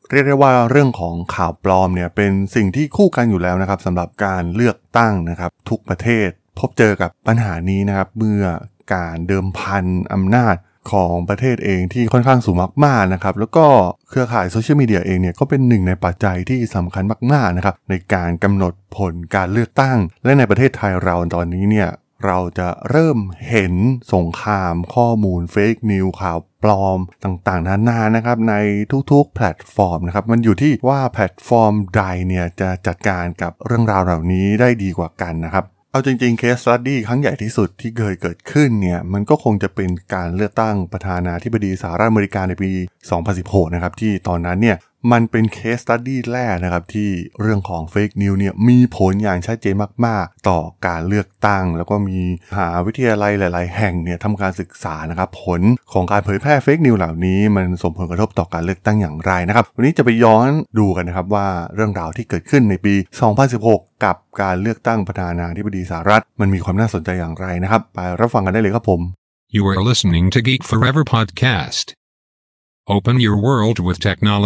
เรียกได้ว่าเรื่องของข่าวปลอมเนี่ยเป็นสิ่งที่คู่กันอยู่แล้วนะครับสำหรับการเลือกตั้งนะครับทุกประเทศพบเจอกับปัญหานี้นะครับเมื่อการเดิมพันอำนาจของประเทศเองที่ค่อนข้างสูงมากๆนะครับแล้วก็เครือข่ายโซเชียลมีเดียเองเนี่ยก็เป็นหนึ่งในปัจจัยที่สำคัญมากๆนะครับในการกำหนดผลการเลือกตั้งและในประเทศไทยเราตอนนี้เนี่ยเราจะเริ่มเห็นสงครามข้อมูลเฟกนิวข่าวปลอมต่างๆนานานะครับในทุกๆแพลตฟอร์มนะครับมันอยู่ที่ว่าแพลตฟอร์มใดเนี่ยจะจัดการกับเรื่องราวเหล่านี้ได้ดีกว่ากันนะครับเอาจริงๆ case study ครั้งใหญ่ที่สุดที่เคยเกิดขึ้นเนี่ยมันก็คงจะเป็นการเลือกตั้งประธานาธิบดีสหรัฐอเมริกาในปี 2016 นะครับที่ตอนนั้นเนี่ยมันเป็น case study แรกนะครับที่เรื่องของ fake news เนี่ยมีผลอย่างชัดเจนมากๆต่อการเลือกตั้งแล้วก็มีมหาวิทยาลัยหลายๆแห่งเนี่ยทำการศึกษานะครับผลของการเผยแพร่ fake news เหล่านี้มันส่งผลกระทบต่อการเลือกตั้งอย่างไรนะครับวันนี้จะไปย้อนดูกันนะครับว่าเรื่องราวที่เกิดขึ้นในปี 2016 กับการเลือกตั้งประธานาธิบดีสหรัฐมันมีความน่าสนใจอย่างไรนะครับไปรับฟังกันได้เลยครับผม You are listening to Geek Forever podcast. Open your world with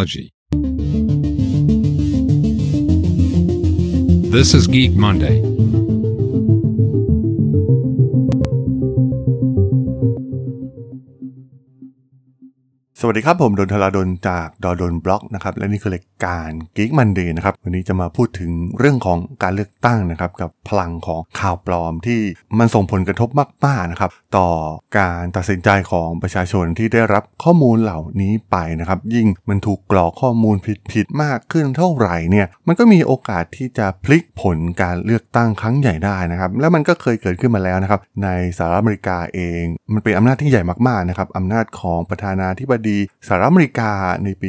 technology.This is Geek Monday. สวัสดีครับผมดนทราดลจากดดลบล็อกนะครับและนี่คือรายการ Geek Monday นะครับวันนี้จะมาพูดถึงเรื่องของการเลือกตั้งนะครับกับพลังของข่าวปลอมที่มันส่งผลกระทบมากๆนะครับต่อการตัดสินใจของประชาชนที่ได้รับข้อมูลเหล่านี้ไปนะครับยิ่งมันถูกกรอกข้อมูลผิดมากขึ้นเท่าไหร่เนี่ยมันก็มีโอกาสที่จะพลิกผลการเลือกตั้งครั้งใหญ่ได้นะครับและมันก็เคยเกิดขึ้นมาแล้วนะครับในสหรัฐอเมริกาเองมันเป็นอำนาจที่ใหญ่มากๆนะครับอำนาจของประธานาธิบดีสหรัฐอเมริกาในปี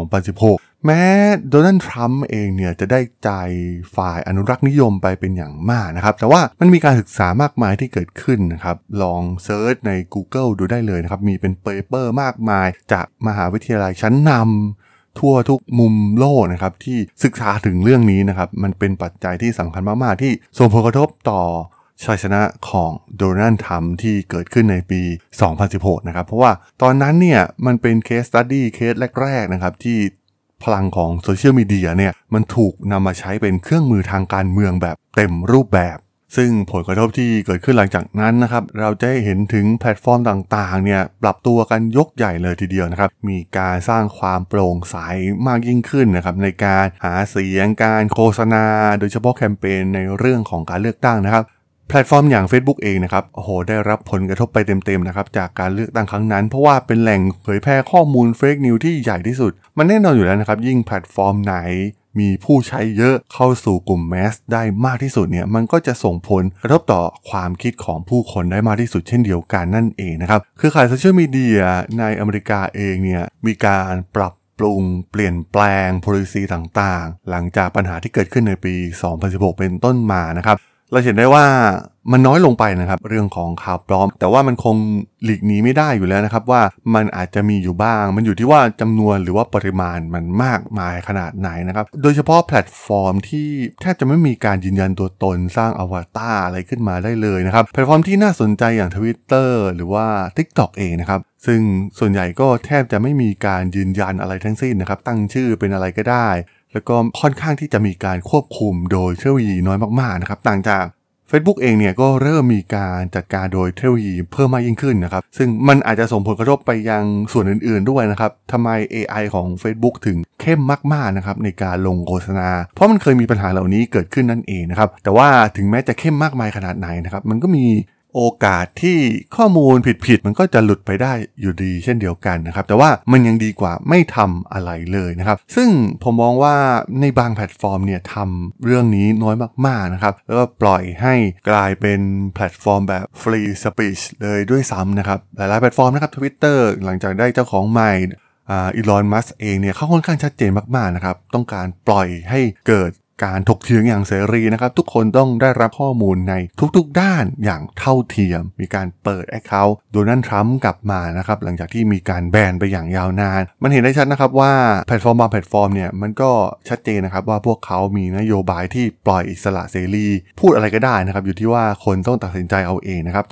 2016 แม้โดนัลด์ทรัมป์เองเนี่ยจะได้ใจฝ่ายอนุรักษ์นิยมไปเป็นอย่างมากนะครับแต่ว่ามันมีการศึกษามากมายที่เกิดขึ้นนะครับลองเซิร์ชใน Google ดูได้เลยนะครับมีเป็นเปเปอร์มากมายจากมหาวิทยาลัยชั้นนำทั่วทุกมุมโลกนะครับที่ศึกษาถึงเรื่องนี้นะครับมันเป็นปัจจัยที่สำคัญมากๆที่ส่งผลกระทบต่อชัยชนะของโดนัลด์ทรัมป์ที่เกิดขึ้นในปี 2016 นะครับเพราะว่าตอนนั้นเนี่ยมันเป็นเคสสตั๊ดดี้เคสแรกๆนะครับที่พลังของโซเชียลมีเดียเนี่ยมันถูกนำมาใช้เป็นเครื่องมือทางการเมืองแบบเต็มรูปแบบซึ่งผลกระทบที่เกิดขึ้นหลังจากนั้นนะครับเราจะเห็นถึงแพลตฟอร์มต่างๆเนี่ยปรับตัวกันยกใหญ่เลยทีเดียวนะครับมีการสร้างความโปร่งใสมากยิ่งขึ้นนะครับในการหาเสียงการโฆษณาโดยเฉพาะแคมเปญในเรื่องของการเลือกตั้งนะครับแพลตฟอร์มอย่าง Facebook เองนะครับได้รับผลกระทบไปเต็มๆนะครับจากการเลือกตั้งครั้งนั้นเพราะว่าเป็นแหล่งเผยแพร่ข้อมูลเฟกนิวที่ใหญ่ที่สุดมันแน่นอนอยู่แล้วนะครับยิ่งแพลตฟอร์มไหนมีผู้ใช้เยอะเข้าสู่กลุ่มแมสได้มากที่สุดเนี่ยมันก็จะส่งผลกระทบต่อความคิดของผู้คนได้มากที่สุดเช่นเดียวกันนั่นเองนะครับคือข่ายโซเชียลมีเดียในอเมริกาเองเนี่ยมีการปรับปรุงเปลี่ยนแปลง policy ต่างๆหลังจากปัญหาที่เกิดขึ้นในปี 2016 เป็นต้นมานะครับเราเห็นได้ว่ามันน้อยลงไปนะครับเรื่องของข่าวปลอมแต่ว่ามันคงหลีกหนีไม่ได้อยู่แล้วนะครับว่ามันอาจจะมีอยู่บ้างมันอยู่ที่ว่าจำนวนหรือว่าปริมาณมันมากมายขนาดไหนนะครับโดยเฉพาะแพลตฟอร์มที่แทบจะไม่มีการยืนยันตัวตนสร้างอวตารอะไรขึ้นมาได้เลยนะครับแพลตฟอร์มที่น่าสนใจอย่าง Twitter หรือว่า TikTok เองนะครับซึ่งส่วนใหญ่ก็แทบจะไม่มีการยืนยันอะไรทั้งสิ้นนะครับตั้งชื่อเป็นอะไรก็ได้แล้วก็ค่อนข้างที่จะมีการควบคุมโดยเทคโนโลยีน้อยมากๆนะครับต่างจาก Facebook เองเนี่ยก็เริ่มมีการจัดการโดยเทคโนโลยีเพิ่มมากยิ่งขึ้นนะครับซึ่งมันอาจจะส่งผลกระทบไปยังส่วนอื่นๆด้วยนะครับทำไม AI ของ Facebook ถึงเข้มมากๆนะครับในการลงโฆษณาเพราะมันเคยมีปัญหาเหล่านี้เกิดขึ้นนั่นเองนะครับแต่ว่าถึงแม้จะเข้มมากมายขนาดไหนนะครับมันก็มีโอกาสที่ข้อมูลผิดๆมันก็จะหลุดไปได้อยู่ดีเช่นเดียวกันนะครับแต่ว่ามันยังดีกว่าไม่ทำอะไรเลยนะครับซึ่งผมมองว่าในบางแพลตฟอร์มเนี่ยทำเรื่องนี้น้อยมากๆนะครับแล้วก็ปล่อยให้กลายเป็นแพลตฟอร์มแบบฟรีสปีชเลยด้วยซ้ำนะครับหลายๆแพลตฟอร์มนะครับ Twitter หลังจากได้เจ้าของใหม่อีลอน มัสก์เองเนี่ยเขาค่อนข้างชัดเจนมากๆนะครับต้องการปล่อยให้เกิดการถกเถียงอย่างเสรีนะครับทุกคนต้องได้รับข้อมูลในทุกๆด้านอย่างเท่าเทียมมีการเปิด account โดนัลด์ทรัมป์กลับมานะครับหลังจากที่มีการแบนไปอย่างยาวนานมันเห็นได้ชัดนะครับว่าแพลตฟอร์มบางแพลตฟอร์มเนี่ยมันก็ชัดเจนนะครับว่าพวกเขามีนโยบายที่ปล่อยอิสระเสรีพูดอะไรก็ได้นะครับอยู่ที่ว่าคนต้องตัดสินใจเอาเองนะครับแต่ว่า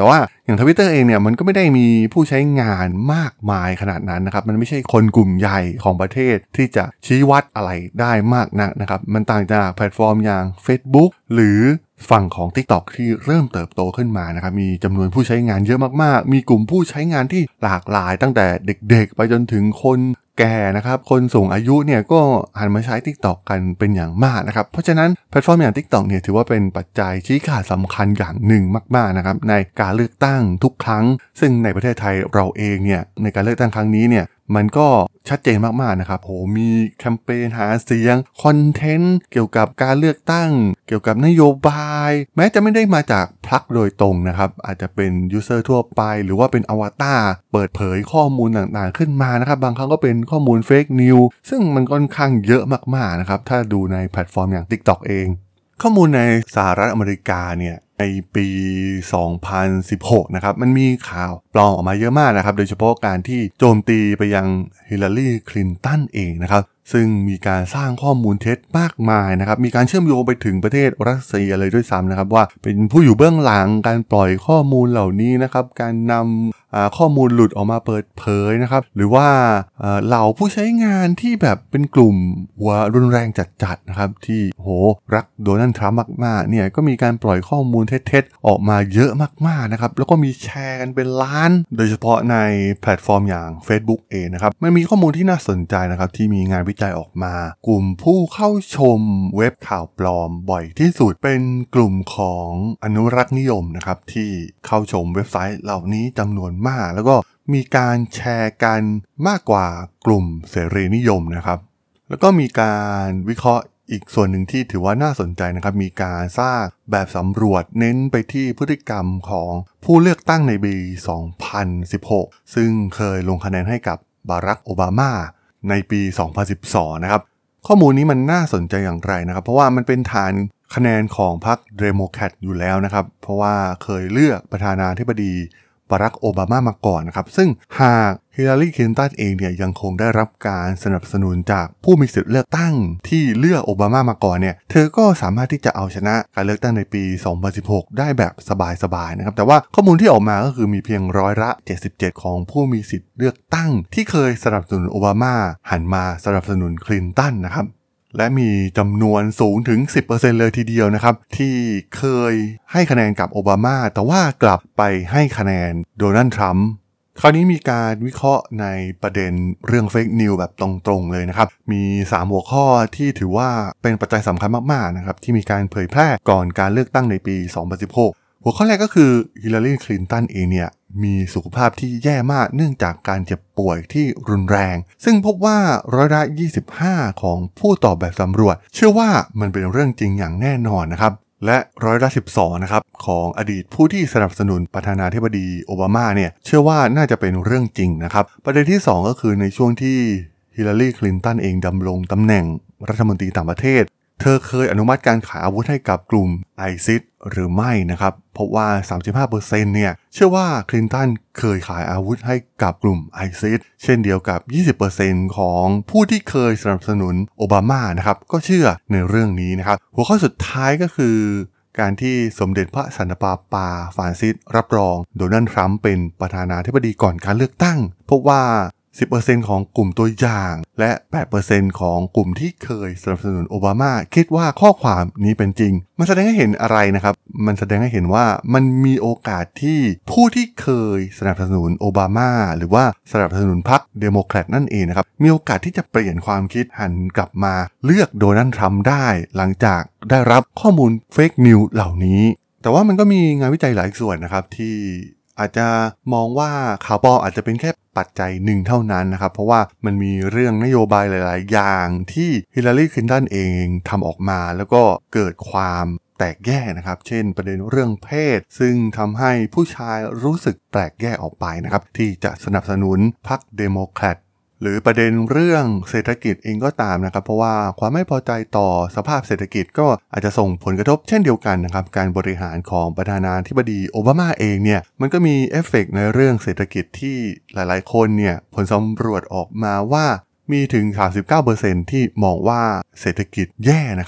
อย่าง Twitter เองเนี่ยมันก็ไม่ได้มีผู้ใช้งานมากมายขนาดนั้นนะครับมันไม่ใช่คนกลุ่มใหญ่ของประเทศที่จะชี้วัดอะไรได้มากนักนะครับมันต่างจากแพลตฟอร์มอย่าง Facebook หรือฝั่งของ TikTok ที่เริ่มเติบโตขึ้นมานะครับมีจำนวนผู้ใช้งานเยอะมากๆมีกลุ่มผู้ใช้งานที่หลากหลายตั้งแต่เด็กๆไปจนถึงคนแก่นะครับคนสูงอายุเนี่ยก็หันมาใช้ TikTok กันเป็นอย่างมากนะครับเพราะฉะนั้นแพลตฟอร์มอย่าง TikTok เนี่ยถือว่าเป็นปัจจัยชี้ขาดสำคัญอย่างหนึ่งมากๆนะครับในการเลือกตั้งทุกครั้งซึ่งในประเทศไทยเราเองเนี่ยในการเลือกตั้งครั้งนี้เนี่ยมันก็ชัดเจนมากๆนะครับโหมีแคมเปญหาเสียงคอนเทนต์เกี่ยวกับการเลือกตั้งเกี่ยวกับนโยบายแม้จะไม่ได้มาจากพรรคโดยตรงนะครับอาจจะเป็นยูเซอร์ทั่วไปหรือว่าเป็นอวตารเปิดเผยข้อมูลต่างๆขึ้นมานะครับบางครั้งก็เป็นข้อมูลเฟกนิวส์ซึ่งมันค่อนข้างเยอะมากๆนะครับถ้าดูในแพลตฟอร์มอย่าง TikTok เองข้อมูลในสหรัฐอเมริกาเนี่ยในปี 2016 นะครับมันมีข่าวปลอมออกมาเยอะมากนะครับโดยเฉพาะการที่โจมตีไปยังฮิลลารีคลินตันเองนะครับซึ่งมีการสร้างข้อมูลเท็จมากมายนะครับมีการเชื่อมโยงไปถึงประเทศรัสเซียเลยด้วยซ้ำนะครับว่าเป็นผู้อยู่เบื้องหลังการปล่อยข้อมูลเหล่านี้นะครับการนำข้อมูลหลุดออกมาเปิดเผยนะครับหรือว่าเหล่าผู้ใช้งานที่แบบเป็นกลุ่มหัวรุนแรงจัดๆนะครับที่รักโดนัลด์ทรัมป์มากๆเนี่ยก็มีการปล่อยข้อมูลเท็จๆออกมาเยอะมากๆนะครับแล้วก็มีแชร์กันเป็นล้านโดยเฉพาะในแพลตฟอร์มอย่าง Facebook เองนะครับมันมีข้อมูลที่น่าสนใจนะครับที่มีงานวิจัยออกมากลุ่มผู้เข้าชมเว็บข่าวปลอมบ่อยที่สุดเป็นกลุ่มของอนุรักษนิยมนะครับที่เข้าชมเว็บไซต์เหล่านี้จำนวนมากแล้วก็มีการแชร์กันมากกว่ากลุ่มเสรีนิยมนะครับแล้วก็มีการวิเคราะห์อีกส่วนหนึ่งที่ถือว่าน่าสนใจนะครับมีการสร้างแบบสำรวจเน้นไปที่พฤติกรรมของผู้เลือกตั้งในปี 2016 ซึ่งเคยลงคะแนนให้กับบารักโอบามาในปี 2012 นะครับข้อมูลนี้มันน่าสนใจอย่างไรนะครับเพราะว่ามันเป็นฐานคะแนนของพรรคเดโมแครตอยู่แล้วนะครับเพราะว่าเคยเลือกประธานาธิบดีบารักโอบามามาก่อนนะครับซึ่งหากฮิลลารีคลินตันเองเนี่ยยังคงได้รับการสนับสนุนจากผู้มีสิทธิ์เลือกตั้งที่เลือกโอบามามาก่อนเนี่ยเธอก็สามารถที่จะเอาชนะการเลือกตั้งในปี 2016 ได้แบบสบายๆนะครับแต่ว่าข้อมูลที่ออกมาก็คือมีเพียง77%ของผู้มีสิทธิ์เลือกตั้งที่เคยสนับสนุนโอบามาหันมาสนับสนุนคลินตันนะครับและมีจำนวนสูงถึง 10% เลยทีเดียวนะครับที่เคยให้คะแนนกับโอบามาแต่ว่ากลับไปให้คะแนนโดนัลด์ทรัมป์คราวนี้มีการวิเคราะห์ในประเด็นเรื่องเฟกนิวส์แบบตรงๆเลยนะครับมี3หัวข้อที่ถือว่าเป็นปัจจัยสำคัญมากๆนะครับที่มีการเผยแพร่ก่อนการเลือกตั้งในปี 2016 หัวข้อแรกก็คือฮิลลารีคลินตันเองเนี่ยมีสุขภาพที่แย่มากเนื่องจากการเจ็บป่วยที่รุนแรงซึ่งพบว่า25%ของผู้ตอบแบบสำรวจเชื่อว่ามันเป็นเรื่องจริงอย่างแน่นอนนะครับและ12%นะครับของอดีตผู้ที่สนับสนุนประธานาธิบดีโอบามาเนี่ยเชื่อว่าน่าจะเป็นเรื่องจริงนะครับประเด็นที่2ก็คือในช่วงที่ฮิลลารีคลินตันเองดำรงตำแหน่งรัฐมนตรีต่างประเทศเธอเคยอนุมัติการขายอาวุธให้กับกลุ่มไอซิสหรือไม่นะครับพบว่า 35% เนี่ยเชื่อว่าคลินตันเคยขายอาวุธให้กับกลุ่มไอซิสเช่นเดียวกับ 20% ของผู้ที่เคยสนับสนุนโอบามานะครับก็เชื่อในเรื่องนี้นะครับหัวข้อสุดท้ายก็คือการที่สมเด็จพระสันตะปาฟรานซิสรับรองโดนัลด์ทรัมป์เป็นประธานาธิบดีก่อนการเลือกตั้งพบว่า10% ของกลุ่มตัวอย่างและ 8% ของกลุ่มที่เคยสนับสนุนโอบามาคิดว่าข้อความนี้เป็นจริงมันแสดงให้เห็นอะไรนะครับมันแสดงให้เห็นว่ามันมีโอกาสที่ผู้ที่เคยสนับสนุนโอบามาหรือว่าสนับสนุนพรรคเดโมแครตนั่นเองนะครับมีโอกาสที่จะเปลี่ยนความคิดหันกลับมาเลือกโดนัลด์ทรัมป์ได้หลังจากได้รับข้อมูลเฟกนิวส์เหล่านี้แต่ว่ามันก็มีงานวิจัยหลายส่วนนะครับที่อาจจะมองว่าข่าวปลอมอาจจะเป็นแค่ปัจจัยหนึ่งเท่านั้นนะครับเพราะว่ามันมีเรื่องนโยบายหลายๆอย่างที่ฮิลลารีคลินตันเองทำออกมาแล้วก็เกิดความแตกแยกนะครับเช่นประเด็นเรื่องเพศซึ่งทำให้ผู้ชายรู้สึกแตกแยกออกไปนะครับที่จะสนับสนุนพรรคเดโมแครตหรือประเด็นเรื่องเศรษฐกิจเองก็ตามนะครับเพราะว่าความไม่พอใจต่อสภาพเศรษฐกิจก็อาจจะส่งผลกระทบเช่นเดียวกันนะครับการบริหารของประธานาธิบดีโอบามาเองเนี่ยมันก็มีเอฟเฟกต์ในเรื่องเศรษฐกิจที่หลายๆคนเนี่ยผลสำรวจออกมาว่ามีถึง 39% ที่มองว่าเศรษฐกิจแย่นะครับ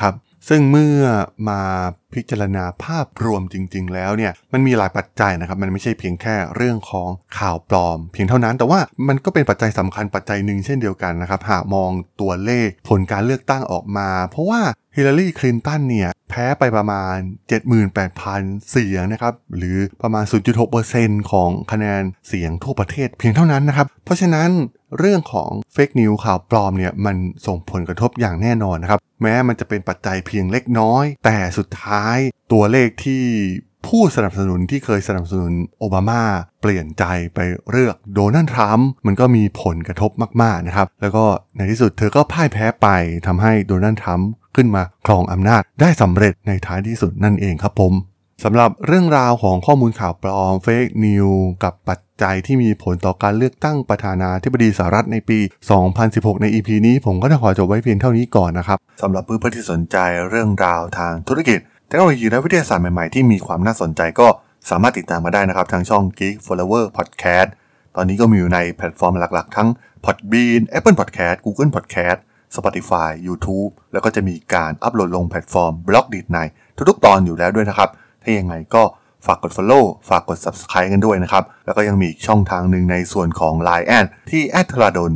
ซึ่งเมื่อมาพิจารณาภาพรวมจริงๆแล้วเนี่ยมันมีหลายปัจจัยนะครับมันไม่ใช่เพียงแค่เรื่องของข่าวปลอมเพียงเท่านั้นแต่ว่ามันก็เป็นปัจจัยสำคัญปัจจัยหนึ่งเช่นเดียวกันนะครับหากมองตัวเลขผลการเลือกตั้งออกมาเพราะว่าฮิลลารีคลินตันเนี่ยแพ้ไปประมาณ 78,000 เสียงนะครับหรือประมาณ 0.6% ของคะแนนเสียงทั่วประเทศเพียงเท่านั้นนะครับเพราะฉะนั้นเรื่องของเฟคนิวข่าวปลอมเนี่ยมันส่งผลกระทบอย่างแน่นอนนะครับแม้มันจะเป็นปัจจัยเพียงเล็กน้อยแต่สุดท้ายตัวเลขที่ผู้สนับสนุนที่เคยสนับสนุนโอบามาเปลี่ยนใจไปเลือกโดนัลด์ทรัมป์มันก็มีผลกระทบมากๆนะครับแล้วก็ในที่สุดเธอก็พ่ายแพ้ไปทำให้โดนัลด์ทรัมป์ขึ้นมาครองอำนาจได้สำเร็จในท้ายที่สุดนั่นเองครับผมสำหรับเรื่องราวของข้อมูลข่าวปลอมเฟกนิวกับปัจจัยที่มีผลต่อการเลือกตั้งประธานาธิบดีสหรัฐในปี 2016 ใน EP นี้ผมก็จะขอจบไว้เพียงเท่านี้ก่อนนะครับสำหรับเพื่อนๆที่สนใจเรื่องราวทางธุรกิจเทคโนโลยีและวิทยาศาสตร์ใหม่ๆที่มีความน่าสนใจก็สามารถติดตามมาได้นะครับทางช่อง Geek Flower Podcast ตอนนี้ก็มีอยู่ในแพลตฟอร์มหลักๆทั้ง Podbean Apple Podcast Google Podcast Spotify YouTube แล้วก็จะมีการอัปโหลดลงแพลตฟอร์ม Blogdit ในทุกๆตอนอยู่แล้วด้วยนะครับถ้ายังไงก็ฝากกด follow ฝากกด subscribe กันด้วยนะครับแล้วก็ยังมีช่องทางหนึ่งในส่วนของ Line แอดที่ @thradol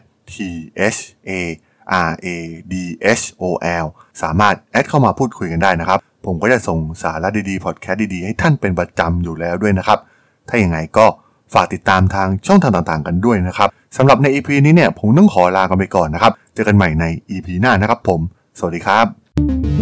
@thradol สามารถแอดเข้ามาพูดคุยกันได้นะครับผมก็จะส่งสาระดีๆพอดแคสต์ดีๆให้ท่านเป็นประจำอยู่แล้วด้วยนะครับถ้าอย่างไงก็ฝากติดตามทางช่องทางต่างๆกันด้วยนะครับสำหรับใน EP นี้เนี่ยผมต้องขอลากันไปก่อนนะครับเจอกันใหม่ใน EP หน้านะครับผมสวัสดีครับ